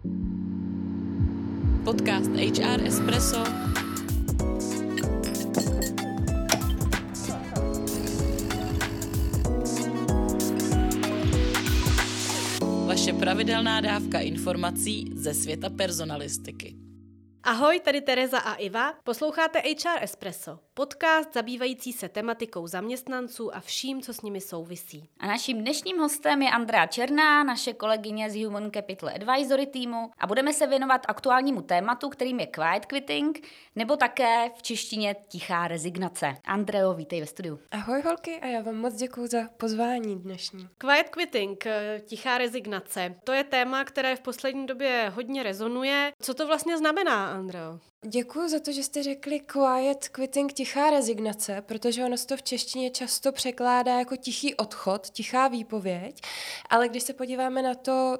Podcast HR Espresso. Vaše pravidelná dávka informací ze světa personalistiky. Ahoj, tady Tereza a Iva. Posloucháte HR Espresso, podcast zabývající se tematikou zaměstnanců a vším, co s nimi souvisí. A naším dnešním hostem je Andrea Černá, naše kolegyně z Human Capital Advisory týmu a budeme se věnovat aktuálnímu tématu, kterým je quiet quitting, nebo také v češtině tichá rezignace. Andreo, vítej ve studiu. Ahoj holky a já vám moc děkuju za pozvání dnešní. Quiet quitting, tichá rezignace, to je téma, které v poslední době hodně rezonuje. Co to vlastně znamená, Andreo? Děkuju za to, že jste řekli quiet quitting, tichá rezignace, protože ono se to v češtině často překládá jako tichý odchod, tichá výpověď, ale když se podíváme na to,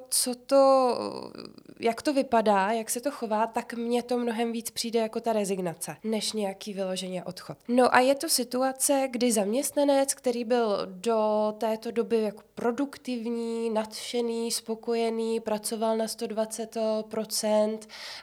jak to vypadá, jak se to chová, tak mně to mnohem víc přijde jako ta rezignace, než nějaký vyloženě odchod. No a je to situace, kdy zaměstnanec, který byl do této doby jako produktivní, nadšený, spokojený, pracoval na 120%,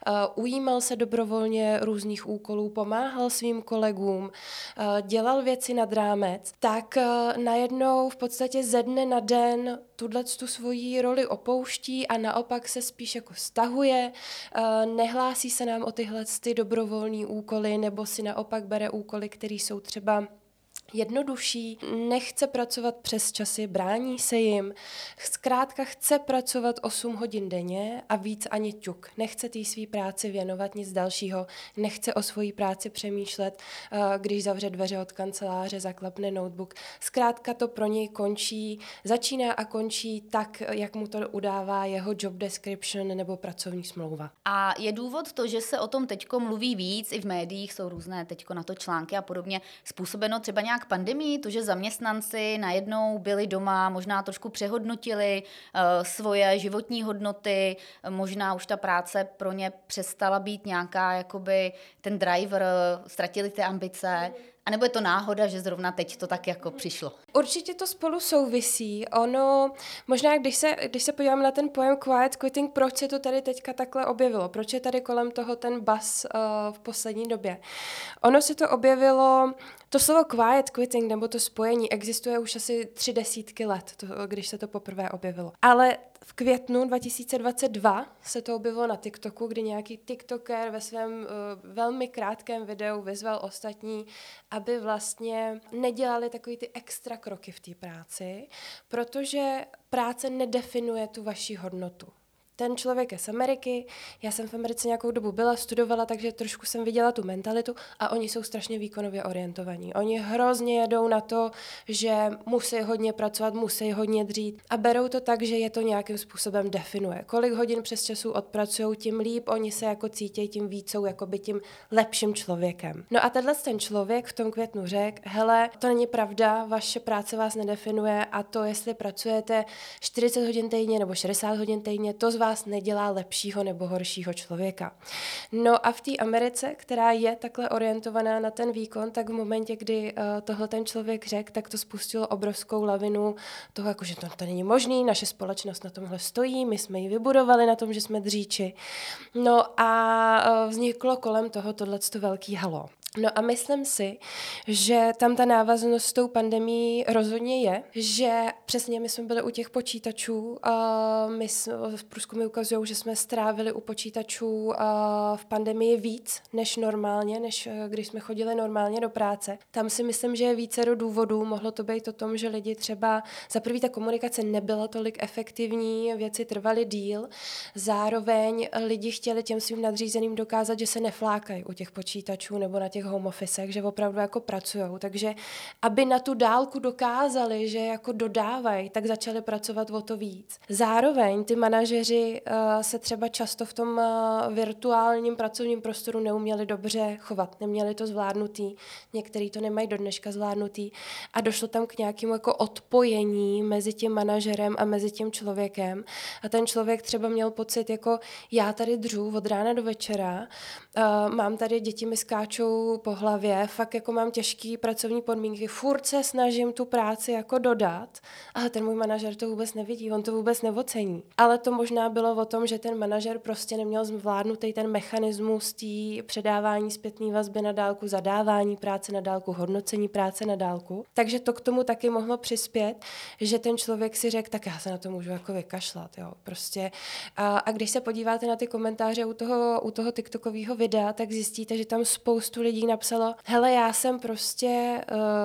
ujímal se dobrovolně různých úkolů, pomáhal svým kolegům, dělal věci nad rámec, tak najednou v podstatě ze dne na den tu svoji roli opouští a naopak se spíš jako stahuje, nehlásí se nám o tyhle dobrovolné úkoly nebo si naopak bere úkoly, které jsou třeba jednodušší, nechce pracovat přes časy, brání se jim, zkrátka chce pracovat 8 hodin denně a víc ani ťuk. Nechce té svý práci věnovat nic dalšího, nechce o svojí práci přemýšlet, když zavře dveře od kanceláře, zaklapne notebook. Zkrátka to pro něj končí, začíná a končí tak, jak mu to udává jeho job description nebo pracovní smlouva. A je důvod to, že se o tom teďko mluví víc, i v médiích jsou různé teďko na to články a podobně, způsobeno třeba nějak pandemii, to, že zaměstnanci najednou byli doma, možná trošku přehodnotili svoje životní hodnoty, možná už ta práce pro ně přestala být nějaká, jakoby ten driver, ztratili ty ambice. A nebo je to náhoda, že zrovna teď to tak jako přišlo? Určitě to spolu souvisí. Ono, možná když se podíváme na ten pojem quiet quitting, proč se to tady teďka takhle objevilo? Proč je tady kolem toho ten buzz v poslední době? Ono se to objevilo, to slovo quiet quitting nebo to spojení existuje už asi 30 let, když se to poprvé objevilo. Ale v květnu 2022 se to objevilo na TikToku, kdy nějaký TikToker ve svém velmi krátkém videu vyzval ostatní, aby vlastně nedělali takový ty extra kroky v té práci, protože práce nedefinuje tu vaši hodnotu. Ten člověk je z Ameriky, já jsem v Americe nějakou dobu byla, studovala, takže trošku jsem viděla tu mentalitu a oni jsou strašně výkonově orientovaní. Oni hrozně jedou na to, že musí hodně pracovat, musí hodně dřít a berou to tak, že je to nějakým způsobem definuje. Kolik hodin přes času odpracují, tím líp oni se jako cítí, tím víc jsou jakoby tím lepším člověkem. No a ten člověk v tom květnu řekl, hele, to není pravda, vaše práce vás nedefinuje a to, jestli pracujete 40 hodin týdně nebo 60 hodin týdně, to z vás nedělá lepšího nebo horšího člověka. No a v té Americe, která je takhle orientovaná na ten výkon, tak v momentě, kdy tohle ten člověk řekl, tak to spustilo obrovskou lavinu toho, jako, že to není možný, naše společnost na tomhle stojí, my jsme ji vybudovali na tom, že jsme dříči. No a vzniklo kolem toho tohleto velký halo. No a myslím si, že tam ta návaznost s tou pandemií rozhodně je, že přesně my jsme byli u těch počítačů, v průzkumy ukazují, že jsme strávili u počítačů v pandemii víc než normálně, než když jsme chodili normálně do práce. Tam si myslím, že je vícero důvodů, mohlo to být o tom, že lidi třeba, za prvý ta komunikace nebyla tolik efektivní, věci trvaly díl, zároveň lidi chtěli těm svým nadřízeným dokázat, že se neflákají u těch počítačů nebo na těch home officech, že opravdu jako pracujou. Takže aby na tu dálku dokázali, že jako dodávají, tak začali pracovat o to víc. Zároveň ty manažeři se třeba často v tom virtuálním pracovním prostoru neuměli dobře chovat, neměli to zvládnutý, některý to nemají do dneška zvládnutý a došlo tam k nějakému jako odpojení mezi tím manažerem a mezi tím člověkem a ten člověk třeba měl pocit jako já tady dřu od rána do večera, mám tady děti mi skáčou jdu po hlavě, fakt jako mám těžký pracovní podmínky, furt se snažím tu práci jako dodat, ale ten můj manažer to vůbec nevidí, on to vůbec neocení. Ale to možná bylo o tom, že ten manažer prostě neměl zvládnutý ten mechanismus té předávání zpětné vazby na dálku, zadávání práce na dálku, hodnocení práce na dálku. Takže to k tomu taky mohlo přispět, že ten člověk si řekl, tak já se na to můžu jako vykašlat, jo, prostě. A když se podíváte na ty komentáře u toho TikTokového videa, tak zjistíte, že tam spoustu lidí napsalo, hele, já jsem prostě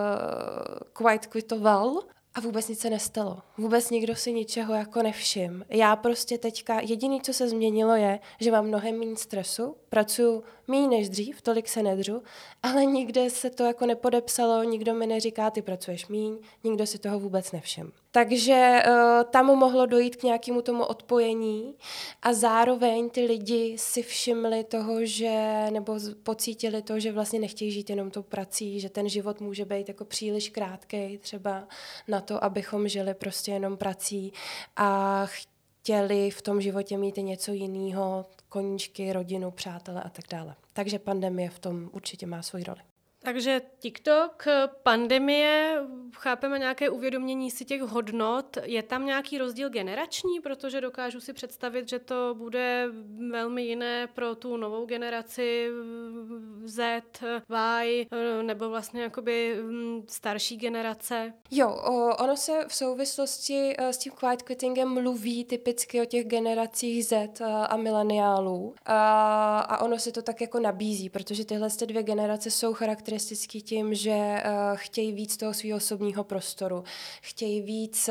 quite quitoval a vůbec nic se nestalo. Vůbec nikdo si ničeho jako nevšim. Já prostě teďka, jediné, co se změnilo je, že mám mnohem méně stresu, pracuju méně než dřív, tolik se nedřu, ale nikde se to jako nepodepsalo, nikdo mi neříká, ty pracuješ míň, nikdo si toho vůbec nevšim. Takže tam mohlo dojít k nějakému tomu odpojení a zároveň ty lidi si všimli toho, že, nebo pocítili to, že vlastně nechtějí žít jenom tou prací, že ten život může být jako příliš krátkej třeba na to, abychom žili prostě jenom prací a chtěli v tom životě mít i něco jiného, koníčky, rodinu, přátele a tak dále. Takže pandemie v tom určitě má svoji roli. Takže TikTok, pandemie, chápeme nějaké uvědomění si těch hodnot. Je tam nějaký rozdíl generační, protože dokážu si představit, že to bude velmi jiné pro tu novou generaci Z, Y, nebo vlastně jakoby starší generace. Jo, ono se v souvislosti s tím quiet quittingem mluví typicky o těch generacích Z a mileniálů. A ono se to tak jako nabízí, protože tyhle dvě generace jsou charakteristické tím, že chtějí víc toho svého osobního prostoru, chtějí víc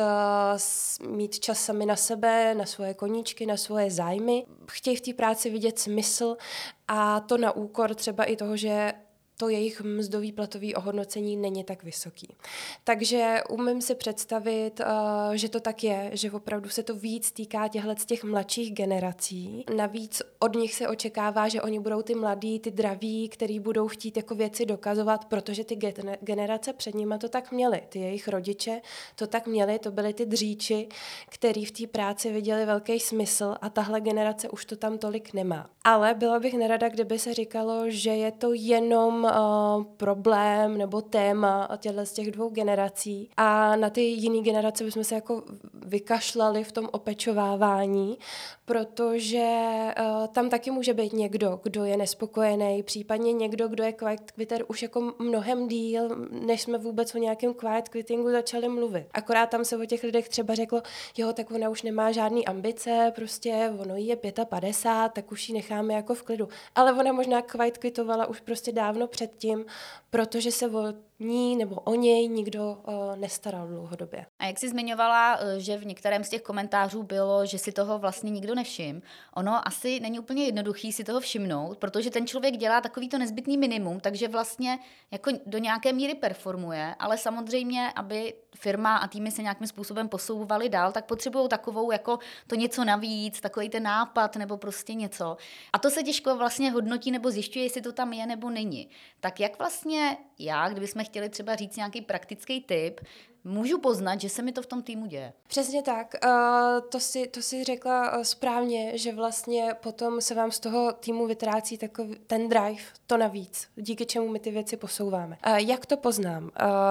mít čas sami na sebe, na svoje koníčky, na svoje zájmy, chtějí v té práci vidět smysl a to na úkor třeba i toho, že to jejich mzdový platový ohodnocení není tak vysoký. Takže umím si představit, že to tak je, že opravdu se to víc týká těch mladších generací. Navíc od nich se očekává, že oni budou ty mladí, ty draví, který budou chtít jako věci dokazovat, protože ty generace před nimi to tak měly. Ty jejich rodiče to tak měli, to byly ty dříči, který v té práci viděli velký smysl a tahle generace už to tam tolik nemá. Ale byla bych nerada, kdyby se říkalo, že je to jenom problém nebo téma z těch dvou generací a na ty jiné generace bychom se jako vykašlali v tom opečovávání, protože tam taky může být někdo, kdo je nespokojený, případně někdo, kdo je quiet quitter už jako mnohem díl, než jsme vůbec o nějakém quiet quittingu začali mluvit. Akorát tam se o těch lidech třeba řeklo, jo, tak ona už nemá žádný ambice, prostě ono jí je 55, tak už ji necháme jako v klidu. Ale ona možná quiet quitovala už prostě dávno předtím, protože se o ní nebo o něj nikdo nestaral dlouhodobě. A jak jsi zmiňovala, že v některém z těch komentářů bylo, že si toho vlastně nikdo nevšim, ono asi není úplně jednoduchý si toho všimnout, protože ten člověk dělá takovýto nezbytný minimum, takže vlastně jako do nějaké míry performuje, ale samozřejmě, aby firma a týmy se nějakým způsobem posouvaly dál, tak potřebují takovou jako to něco navíc, takový ten nápad nebo prostě něco. A to se těžko vlastně hodnotí nebo zjišťuje, jestli to tam je nebo není. Tak jak vlastně já, kdybychom chtěli třeba říct nějaký praktický tip, můžu poznat, že se mi to v tom týmu děje? Přesně tak. To si řekla správně, že vlastně potom se vám z toho týmu vytrácí takový ten drive, to navíc, díky čemu my ty věci posouváme. Jak to poznám?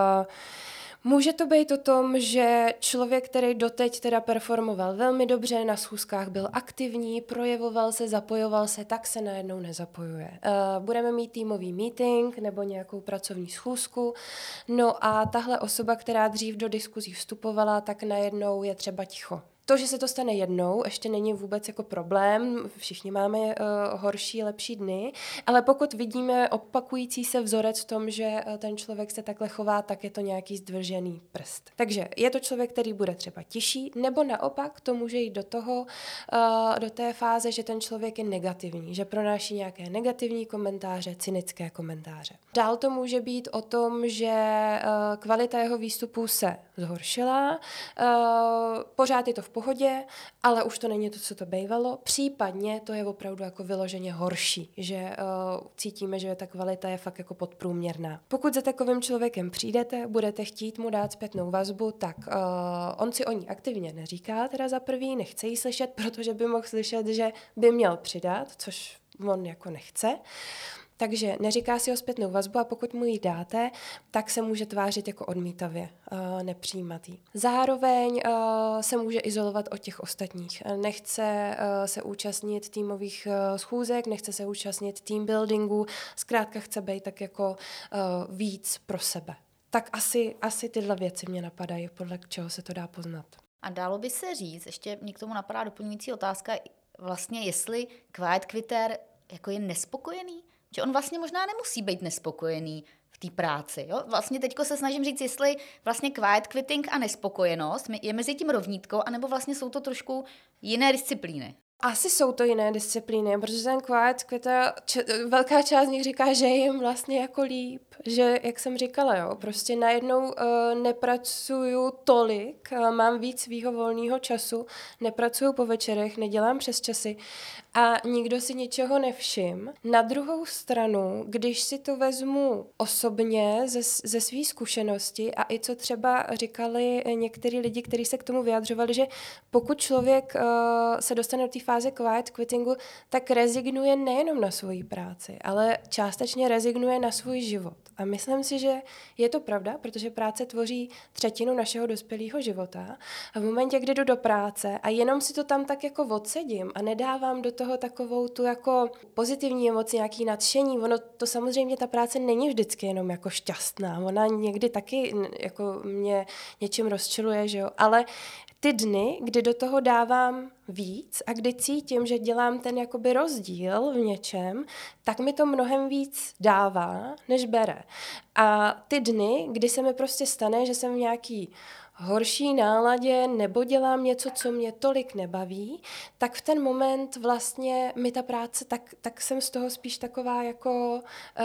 Může to být o tom, že člověk, který doteď teda performoval velmi dobře, na schůzkách byl aktivní, projevoval se, zapojoval se, tak se najednou nezapojuje. Budeme mít týmový meeting nebo nějakou pracovní schůzku, no a tahle osoba, která dřív do diskuzí vstupovala, tak najednou je třeba ticho. To, že se to stane jednou, ještě není vůbec jako problém, všichni máme horší, lepší dny, ale pokud vidíme opakující se vzorec v tom, že ten člověk se takhle chová, tak je to nějaký zdvržený prst. Takže je to člověk, který bude třeba tišší, nebo naopak to může jít do té fáze, že ten člověk je negativní, že pronáší nějaké negativní komentáře, cynické komentáře. Dál to může být o tom, že kvalita jeho výstupů se zhoršila, pořád je to v pohodě, ale už to není to, co to bývalo. Případně to je opravdu jako vyloženě horší, že cítíme, že ta kvalita je fakt jako podprůměrná. Pokud za takovým člověkem přijdete, budete chtít mu dát zpětnou vazbu, tak on si o ní aktivně neříká, teda za prvý, nechce jí slyšet, protože by mohl slyšet, že by měl přidat, což on jako nechce. Takže neříká si o zpětnou vazbu a pokud mu ji dáte, tak se může tvářit jako odmítavě, nepřijímat ji. Zároveň se může izolovat od těch ostatních. Nechce se účastnit týmových schůzek, nechce se účastnit team buildingu, zkrátka chce být tak jako víc pro sebe. Tak asi tyhle věci mě napadají, podle čeho se to dá poznat. A dalo by se říct, ještě mě k tomu napadá doplňující otázka, vlastně jestli quiet quitter jako je nespokojený? Že on vlastně možná nemusí být nespokojený v té práci. Jo? Vlastně teďko se snažím říct, jestli vlastně quiet quitting a nespokojenost je mezi tím rovnítko, anebo vlastně jsou to trošku jiné disciplíny. Asi jsou to jiné disciplíny, protože ten quiet quitter, velká část z nich říká, že je jim vlastně jako líp, že, jak jsem říkala, jo, prostě najednou nepracuju tolik, mám víc svýho volného času, nepracuju po večerech, nedělám přesčasy a nikdo si ničeho nevšim. Na druhou stranu, když si to vezmu osobně ze své zkušenosti a i co třeba říkali některý lidi, kteří se k tomu vyjadřovali, že pokud člověk se dostane do té fáze quiet quittingu, tak rezignuje nejenom na svoji práci, ale částečně rezignuje na svůj život. A myslím si, že je to pravda, protože práce tvoří třetinu našeho dospělého života. A v momentě, kdy jdu do práce a jenom si to tam tak jako odsedím a nedávám do toho takovou tu jako pozitivní emoci, nějaký nadšení, ono to samozřejmě ta práce není vždycky jenom jako šťastná. Ona někdy taky jako mě něčím rozčiluje, že jo, ale ty dny, kdy do toho dávám víc a kdy cítím, že dělám ten jakoby rozdíl v něčem, tak mi to mnohem víc dává, než bere. A ty dny, kdy se mi prostě stane, že jsem v nějaký horší náladě nebo dělám něco, co mě tolik nebaví, tak v ten moment vlastně mi ta práce, tak jsem z toho spíš taková jako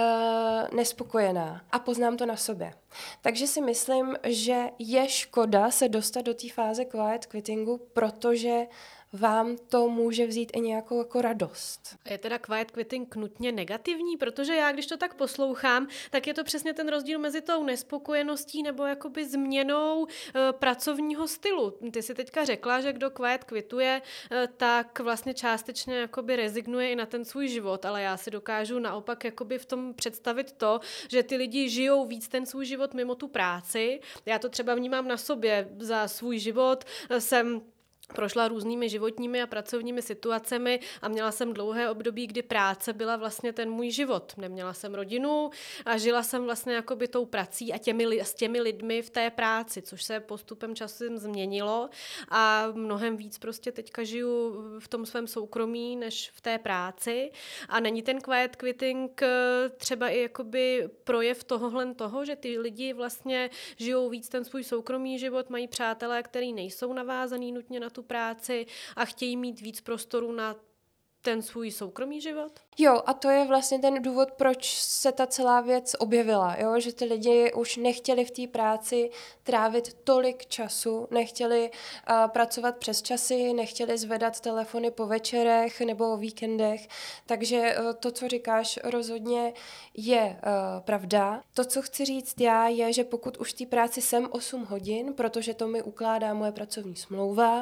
nespokojená a poznám to na sobě. Takže si myslím, že je škoda se dostat do té fáze quiet quittingu, protože vám to může vzít i nějakou jako radost. A je teda quiet quitting nutně negativní? Protože já, když to tak poslouchám, tak je to přesně ten rozdíl mezi tou nespokojeností nebo jakoby změnou pracovního stylu. Ty si teďka řekla, že kdo quiet quituje, tak vlastně částečně jakoby rezignuje i na ten svůj život, ale já si dokážu naopak jakoby v tom představit to, že ty lidi žijou víc ten svůj život mimo tu práci. Já to třeba vnímám na sobě. Za svůj život jsem prošla různými životními a pracovními situacemi a měla jsem dlouhé období, kdy práce byla vlastně ten můj život. Neměla jsem rodinu a žila jsem vlastně jakoby tou prací a s těmi lidmi v té práci, což se postupem času změnilo a mnohem víc prostě teďka žiju v tom svém soukromí, než v té práci. A není ten quiet quitting třeba i jakoby projev toho, že ty lidi vlastně žijou víc ten svůj soukromý život, mají přátelé, který nejsou navázaný nutně na tu práci a chtějí mít víc prostoru na ten svůj soukromý život? Jo, a to je vlastně ten důvod, proč se ta celá věc objevila, jo? Že ty lidi už nechtěli v té práci trávit tolik času, nechtěli pracovat přes časy, nechtěli zvedat telefony po večerech nebo o víkendech, takže to, co říkáš, rozhodně je pravda. To, co chci říct já, je, že pokud už v té práci jsem 8 hodin, protože to mi ukládá moje pracovní smlouva,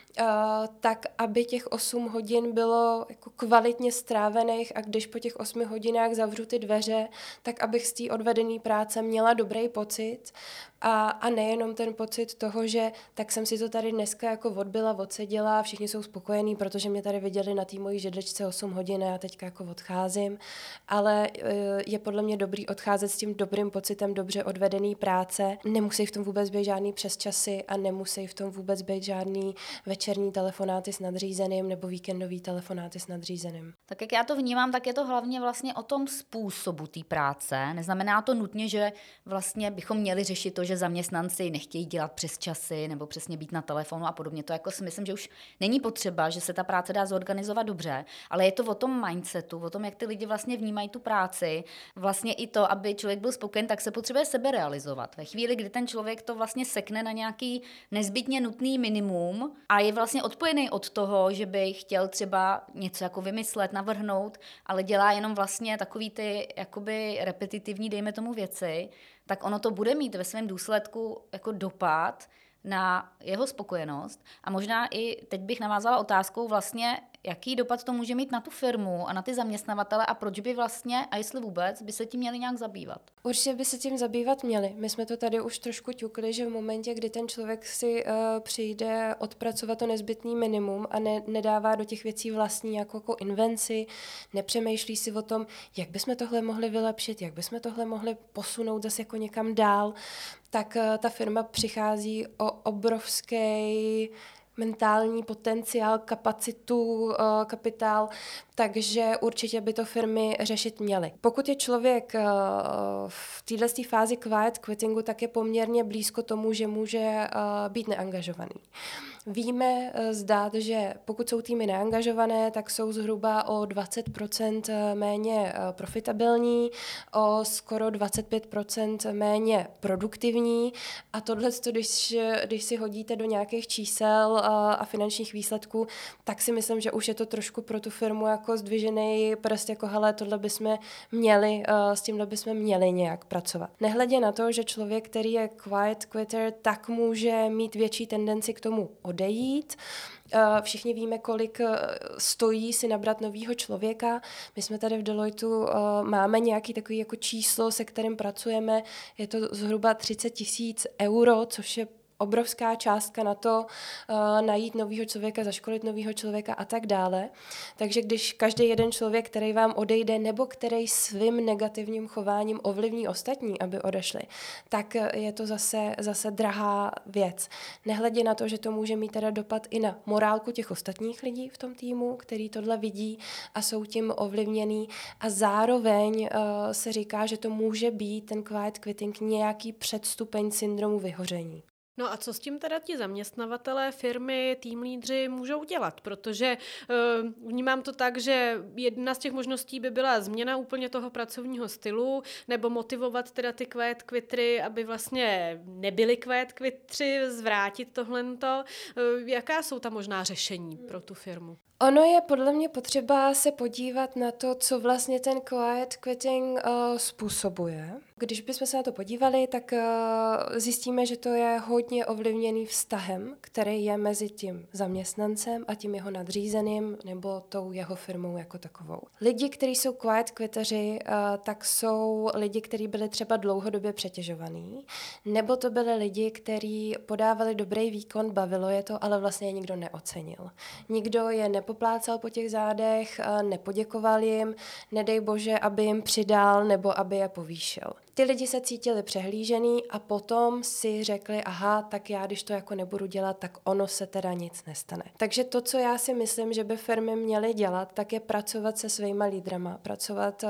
tak aby těch 8 hodin bylo jako kvalitně strávených a když po těch 8 hodinách zavřu ty dveře, tak abych z té odvedené práce měla dobrý pocit a nejenom ten pocit toho, že tak jsem si to tady dneska jako odbyla, odseděla a všichni jsou spokojení, protože mě tady viděli na té mojí židličce 8 hodin a já teďka jako odcházím, ale je podle mě dobrý odcházet s tím dobrým pocitem dobře odvedený práce. Nemusí v tom vůbec být žádný přesčasy a nemusí v tom vůbec být žádný večerní telefonáty s nadřízeným nebo víkendový telefonáty s nadřízeným. Tak jak já to vnímám, tak je to hlavně vlastně o tom způsobu té práce. Neznamená to nutně, že vlastně bychom měli řešit to, že zaměstnanci nechtějí dělat přes časy nebo přesně být na telefonu a podobně. To jako si myslím, že už není potřeba, že se ta práce dá zorganizovat dobře, ale je to o tom mindsetu, o tom, jak ty lidi vlastně vnímají tu práci. Vlastně i to, aby člověk byl spokojen, tak se potřebuje sebe realizovat. Ve chvíli, kdy ten člověk to vlastně sekne na nějaký nezbytně nutný minimum a je vlastně odpojený od toho, že by chtěl třeba něco jako vymyslet, navrhnout, ale dělá jenom vlastně takový ty jakoby repetitivní, dejme tomu věci, tak ono to bude mít ve svém důsledku jako dopad na jeho spokojenost. A možná i teď bych navázala otázkou vlastně, Jaký dopad to může mít na tu firmu a na ty zaměstnavatele a proč by vlastně, a jestli vůbec, by se tím měli nějak zabývat? Určitě by se tím zabývat měli. My jsme to tady už trošku ťukli, že v momentě, kdy ten člověk si přijde odpracovat to nezbytný minimum a nedává do těch věcí vlastní jako invenci, nepřemýšlí si o tom, jak bychom tohle mohli vylepšit, jak bychom tohle mohli posunout zase jako někam dál, tak ta firma přichází o obrovský mentální potenciál, kapacitu, kapitál, takže určitě by to firmy řešit měly. Pokud je člověk v této fázi quiet quittingu, tak je poměrně blízko tomu, že může být neangažovaný. Víme zdát, že pokud jsou týmy neangažované, tak jsou zhruba o 20% méně profitabilní, o skoro 25% méně produktivní a tohle, když si hodíte do nějakých čísel a finančních výsledků, tak si myslím, že už je to trošku pro tu firmu jako zdvižený prst, jako hele, tohle bychom měli, s tímhle bychom měli nějak pracovat. Nehledě na to, že člověk, který je quiet quitter, tak může mít větší tendenci k tomu odejít. Všichni víme, kolik stojí si nabrat novýho člověka. My jsme tady v Deloitu máme nějaký takový jako číslo, se kterým pracujeme. Je to zhruba 30 000 euro, což je obrovská částka na to najít novýho člověka, zaškolit novýho člověka a tak dále. Takže když každý jeden člověk, který vám odejde nebo který svým negativním chováním ovlivní ostatní, aby odešli, tak je to zase drahá věc. Nehledě na to, že to může mít teda dopad i na morálku těch ostatních lidí v tom týmu, který tohle vidí a jsou tím ovlivněný a zároveň se říká, že to může být ten quiet quitting nějaký předstupeň syndromu vyhoření. No a co s tím teda ti zaměstnavatelé, firmy, tým lídři můžou dělat? Protože vnímám to tak, že jedna z těch možností by byla změna úplně toho pracovního stylu, nebo motivovat teda ty quiet quittery, aby vlastně nebyli quiet quittři, zvrátit tohleto. Jaká jsou ta možná řešení pro tu firmu? Ono je podle mě potřeba se podívat na to, co vlastně ten quiet quitting způsobuje. Když bychom se na to podívali, tak zjistíme, že to je hodně ovlivněný vztahem, který je mezi tím zaměstnancem a tím jeho nadřízeným nebo tou jeho firmou jako takovou. Lidi, kteří jsou quiet quitteři, tak jsou lidi, kteří byli třeba dlouhodobě přetěžovaní, nebo to byli lidi, kteří podávali dobrý výkon, bavilo je to, ale vlastně je nikdo neocenil. Nikdo je nepoplácal po těch zádech, nepoděkoval jim, nedej bože, aby jim přidal nebo aby je povýšil. Ty lidi se cítili přehlížený a potom si řekli, aha, tak já, když to jako nebudu dělat, tak ono se teda nic nestane. Takže to, co já si myslím, že by firmy měly dělat, tak je pracovat se svýma lídrama, pracovat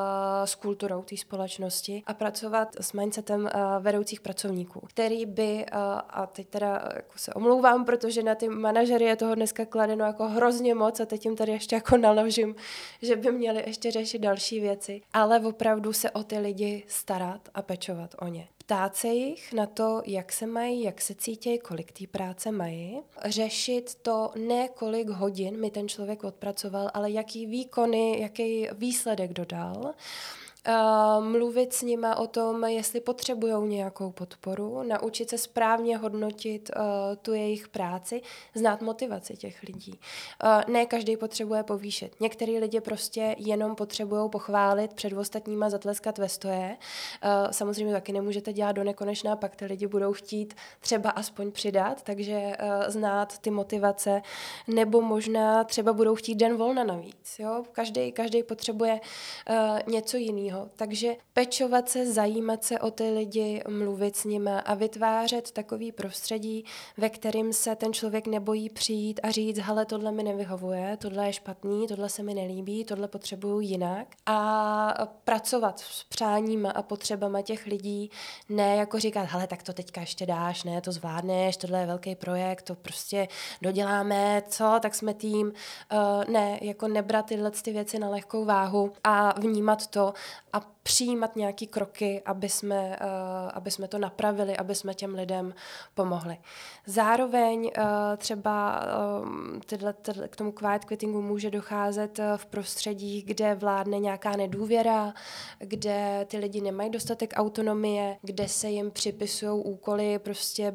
s kulturou té společnosti a pracovat s mindsetem vedoucích pracovníků, který by, a teď teda jako se omlouvám, protože na ty manažery je toho dneska kladeno jako hrozně moc a teď jim tady ještě jako naložím, že by měli ještě řešit další věci, ale opravdu se o ty lidi starat a pečovat o ně. Ptát se jich na to, jak se mají, jak se cítí, kolik té práce mají. Řešit to ne kolik hodin mi ten člověk odpracoval, ale jaký výkony, jaký výsledek dodal. Mluvit s nima o tom, jestli potřebujou nějakou podporu, naučit se správně hodnotit tu jejich práci, znát motivaci těch lidí. Ne každý potřebuje povýšit. Některý lidi prostě jenom potřebují pochválit, před ostatníma zatleskat ve stoje. Samozřejmě taky nemůžete dělat do nekonečna, pak ty lidi budou chtít třeba aspoň přidat, takže znát ty motivace, nebo možná třeba budou chtít den volna navíc. Jo? Každý potřebuje něco jiného. Takže pečovat se, zajímat se o ty lidi, mluvit s nimi a vytvářet takový prostředí, ve kterým se ten člověk nebojí přijít a říct, hele, tohle mi nevyhovuje, tohle je špatný, tohle se mi nelíbí, tohle potřebuju jinak. A pracovat s přáníma a potřebama těch lidí, ne jako říkat, hele, tak to teďka ještě dáš, ne, to zvládneš, tohle je velký projekt, to prostě doděláme, co, tak jsme tým. Ne, jako nebrat tyhle ty věci na lehkou váhu a vnímat to a přijímat nějaké kroky, aby jsme to napravili, aby jsme těm lidem pomohli. Zároveň třeba k tomu quiet quittingu může docházet v prostředích, kde vládne nějaká nedůvěra, kde ty lidi nemají dostatek autonomie, kde se jim připisují úkoly prostě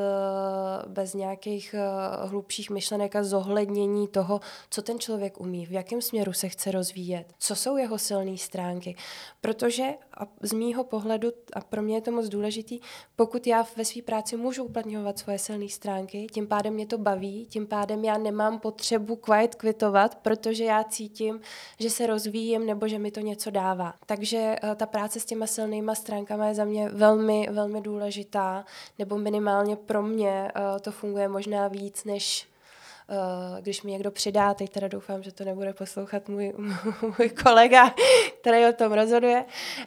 bez nějakých hlubších myšlenek a zohlednění toho, co ten člověk umí, v jakém směru se chce rozvíjet, co jsou jeho silné stránky. Protože z mýho pohledu, a pro mě je to moc důležitý, pokud já ve své práci můžu uplatňovat svoje silné stránky, tím pádem mě to baví, tím pádem já nemám potřebu quiet quitovat, protože já cítím, že se rozvíjím nebo že mi to něco dává. Takže ta práce s těma silnýma stránkama je za mě velmi, velmi důležitá, nebo minimálně pro mě to funguje možná víc, než když mi někdo přidá, teď teda doufám, že to nebude poslouchat můj kolega, který o tom rozhoduje,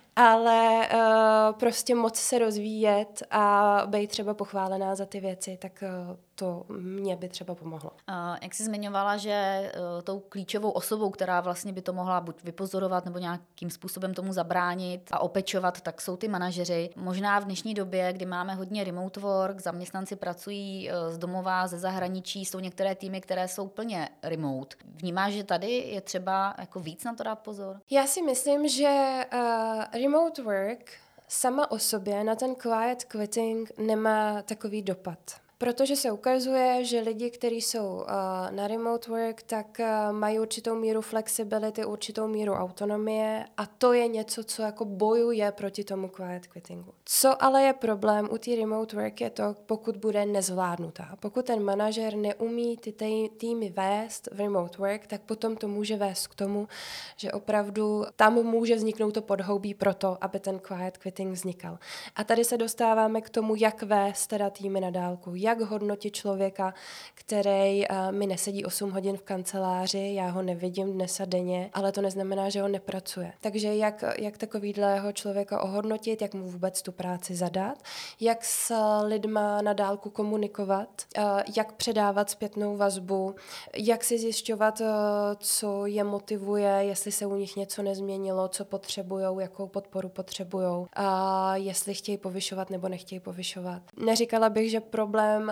ale prostě moc se rozvíjet a být třeba pochválená za ty věci, tak to mě by třeba pomohlo. Jak jsi zmiňovala, že tou klíčovou osobou, která vlastně by to mohla buď vypozorovat nebo nějakým způsobem tomu zabránit a opečovat, tak jsou ty manažeři. Možná v dnešní době, kdy máme hodně remote work, zaměstnanci pracují z domova, ze zahraničí, jsou některé týmy, které jsou plně remote. Vnímáš, že tady je třeba jako víc na to dát pozor? Já si myslím, že remote work sama o sobě na ten quiet quitting nemá takový dopad. Protože se ukazuje, že lidi, kteří jsou na remote work, tak mají určitou míru flexibility, určitou míru autonomie a to je něco, co jako bojuje proti tomu quiet quittingu. Co ale je problém u té remote work je to, pokud bude nezvládnutá. Pokud ten manažer neumí ty týmy vést v remote work, tak potom to může vést k tomu, že opravdu tam může vzniknout to podhoubí pro to, aby ten quiet quitting vznikal. A tady se dostáváme k tomu, jak vést teda týmy na dálku, jak hodnotit člověka, který mi nesedí 8 hodin v kanceláři, já ho nevidím dnes a denně, ale to neznamená, že on nepracuje. Takže jak takovýhleho člověka ohodnotit, jak mu vůbec tu práci zadat, jak s lidma na dálku komunikovat, jak předávat zpětnou vazbu, jak si zjišťovat, co je motivuje, jestli se u nich něco nezměnilo, co potřebujou, jakou podporu potřebujou, a jestli chtějí povyšovat nebo nechtějí povyšovat. Neříkala bych, že problém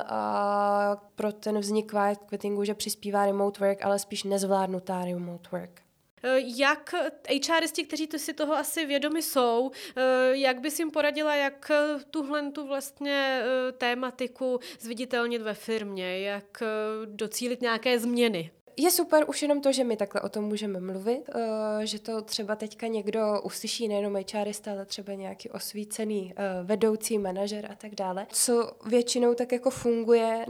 pro ten vznik quiet quittingu, že přispívá remote work, ale spíš nezvládnutá remote work. Jak HRisti, kteří si toho asi vědomi jsou, jak bys jim poradila, jak tu vlastně tématiku zviditelnit ve firmě, jak docílit nějaké změny? Je super už jenom to, že my takhle o tom můžeme mluvit, že to třeba teďka někdo uslyší, nejenom HRista, ale třeba nějaký osvícený vedoucí manažer a tak dále. Co většinou tak jako funguje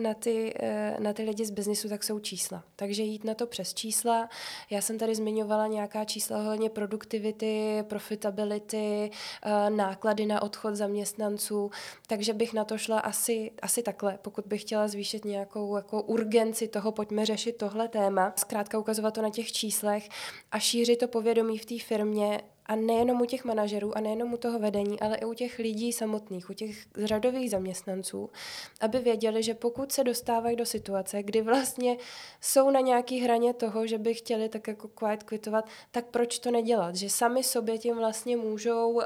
na ty lidi z biznisu, tak jsou čísla. Takže jít na to přes čísla. Já jsem tady zmiňovala nějaká čísla ohledně produktivity, profitability, náklady na odchod zaměstnanců, takže bych na to šla asi takhle, pokud bych chtěla zvýšit nějakou jako urgenci toho, pojďme řešit tohle téma. Zkrátka ukazovat to na těch číslech a šířit to povědomí v té firmě a nejenom u těch manažerů a nejenom u toho vedení, ale i u těch lidí samotných, u těch řadových zaměstnanců, aby věděli, že pokud se dostávají do situace, kdy vlastně jsou na nějaký hraně toho, že by chtěli tak jako quiet quitovat, tak proč to nedělat? Že sami sobě tím vlastně můžou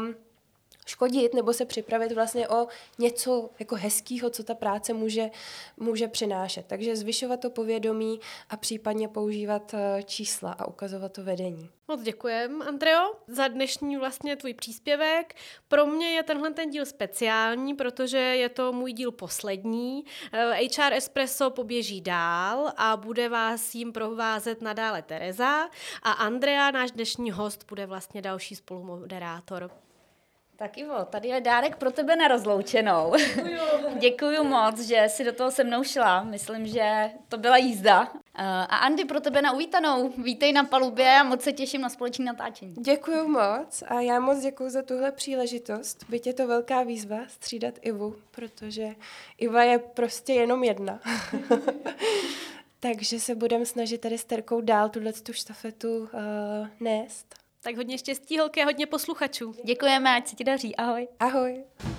škodit nebo se připravit vlastně o něco jako hezkýho, co ta práce může přinášet. Takže zvyšovat to povědomí a případně používat čísla a ukazovat to vedení. Moc děkujem, Andreo, za dnešní vlastně tvůj příspěvek. Pro mě je tenhle ten díl speciální, protože je to můj díl poslední. HR Espresso poběží dál a bude vás jim provázet nadále Tereza a Andrea, náš dnešní host, bude vlastně další spolumoderátor. Tak Ivo, tady je dárek pro tebe na rozloučenou. Děkuju moc, že jsi do toho se mnou šla. Myslím, že to byla jízda. A Andy, pro tebe na uvítanou. Vítej na palubě a moc se těším na společné natáčení. Děkuju moc a já moc děkuju za tuhle příležitost. Byť je to velká výzva střídat Ivu, protože Iva je prostě jenom jedna. Takže se budeme snažit tady s Terkou dál tu štafetu nést. Tak hodně štěstí, holky, a hodně posluchačů. Děkujeme, ať se ti daří. Ahoj. Ahoj.